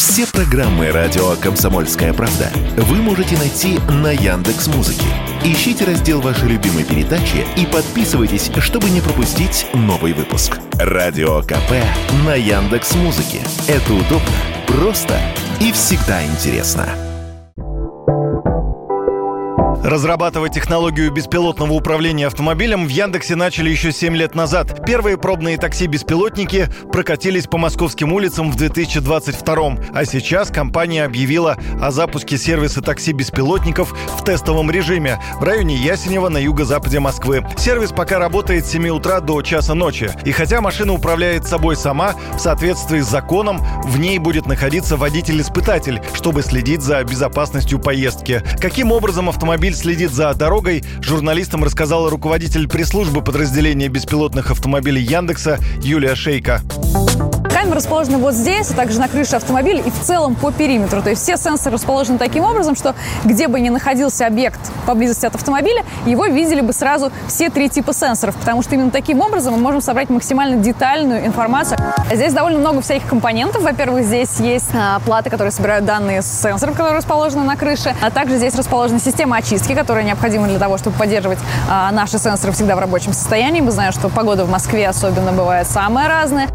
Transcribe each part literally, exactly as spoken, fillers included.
Все программы радио «Комсомольская правда» вы можете найти на Яндекс.Музыке. Ищите раздел вашей любимой передачи и подписывайтесь, чтобы не пропустить новый выпуск. Радио КП на Яндекс.Музыке. Это удобно, просто и всегда интересно. Разрабатывать технологию беспилотного управления автомобилем в Яндексе начали еще семь лет назад. Первые пробные такси-беспилотники прокатились по московским улицам в две тысячи двадцать втором. А сейчас компания объявила о запуске сервиса такси-беспилотников в тестовом режиме в районе Ясенева на юго-западе Москвы. Сервис пока работает с семи утра до часа ночи. И хотя машина управляет собой сама, в соответствии с законом в ней будет находиться водитель-испытатель, чтобы следить за безопасностью поездки. Каким образом автомобиль следит за дорогой, журналистам рассказала руководитель пресс-службы подразделения беспилотных автомобилей Яндекса Юлия Шейко. Камеры расположены вот здесь, а также на крыше автомобиля и в целом по периметру. То есть все сенсоры расположены таким образом, что где бы ни находился объект поблизости от автомобиля, его видели бы сразу все три типа сенсоров, потому что именно таким образом мы можем собрать максимально детальную информацию. Здесь довольно много всяких компонентов. Во-первых, здесь есть а, платы, которые собирают данные с сенсоров, которые расположены на крыше, а также здесь расположена система очистки, которая необходима для того, чтобы поддерживать а, наши сенсоры всегда в рабочем состоянии. Мы знаем, что погода в Москве особенно бывает самая разная.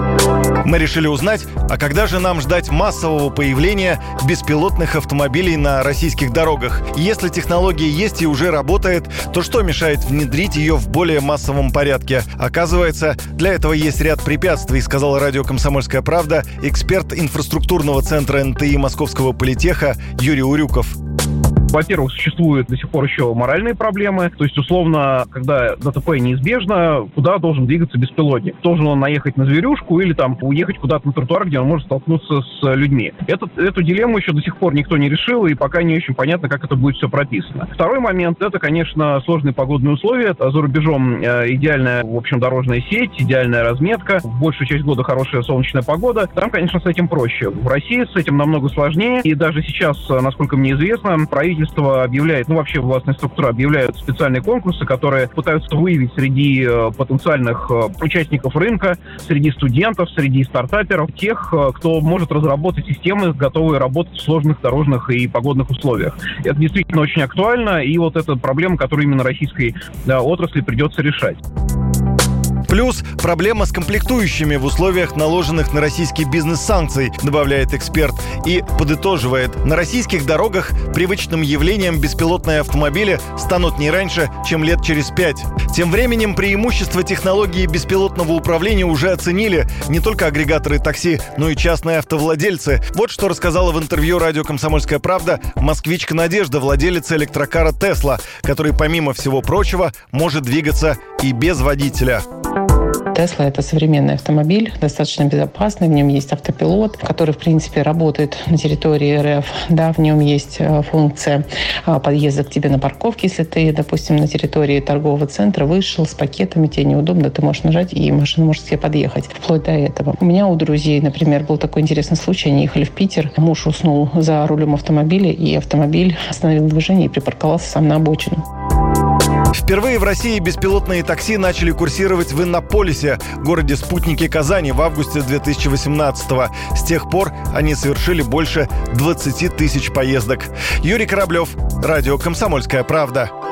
Мы решили узнать, а когда же нам ждать массового появления беспилотных автомобилей на российских дорогах? Если технология есть и уже работает, то что мешает внедрить ее в более массовом порядке? Оказывается, для этого есть ряд препятствий, сказал радио «Комсомольская правда» эксперт инфраструктурного центра эн тэ и Московского политеха Юрий Урюков. Во-первых, существуют до сих пор еще моральные проблемы. То есть, условно, когда ДТП неизбежно, куда должен двигаться беспилотник? Должен он наехать на зверюшку или там уехать куда-то на тротуар, где он может столкнуться с людьми? Этот, эту дилемму еще до сих пор никто не решил, и пока не очень понятно, как это будет все прописано. Второй момент — это, конечно, сложные погодные условия. За рубежом э, идеальная, в общем, дорожная сеть, идеальная разметка, в большую часть года хорошая солнечная погода. Там, конечно, с этим проще. В России с этим намного сложнее, и даже сейчас, насколько мне известно, правительство объявляет, ну вообще властная структура объявляют специальные конкурсы, которые пытаются выявить среди э, потенциальных э, участников рынка, среди студентов, среди стартаперов, тех, э, кто может разработать системы, готовые работать в сложных дорожных и погодных условиях. Это действительно очень актуально, и вот эта проблема, которую именно российской э, отрасли придется решать. Плюс проблема с комплектующими в условиях наложенных на российский бизнес санкций, добавляет эксперт, и подытоживает: на российских дорогах привычным явлением беспилотные автомобили станут не раньше, чем лет через пять. Тем временем преимущества технологии беспилотного управления уже оценили не только агрегаторы такси, но и частные автовладельцы. Вот что рассказала в интервью радио «Комсомольская правда» москвичка Надежда, владелица электрокара «Тесла», который, помимо всего прочего, может двигаться и без водителя. Тесла — это современный автомобиль, достаточно безопасный. В нем есть автопилот, который, в принципе, работает на территории эр эф. Да, в нем есть функция подъезда к тебе на парковке. Если ты, допустим, на территории торгового центра вышел с пакетами, тебе неудобно, ты можешь нажать, и машина может к тебе подъехать. Вплоть до этого. У меня у друзей, например, был такой интересный случай. Они ехали в Питер. Муж уснул за рулем автомобиля, и автомобиль остановил движение и припарковался сам на обочину. Впервые в России беспилотные такси начали курсировать в Иннополисе, городе-спутнике Казани, в августе две тысячи восемнадцатого. С тех пор они совершили больше двадцати тысяч поездок. Юрий Кораблев, радио «Комсомольская правда».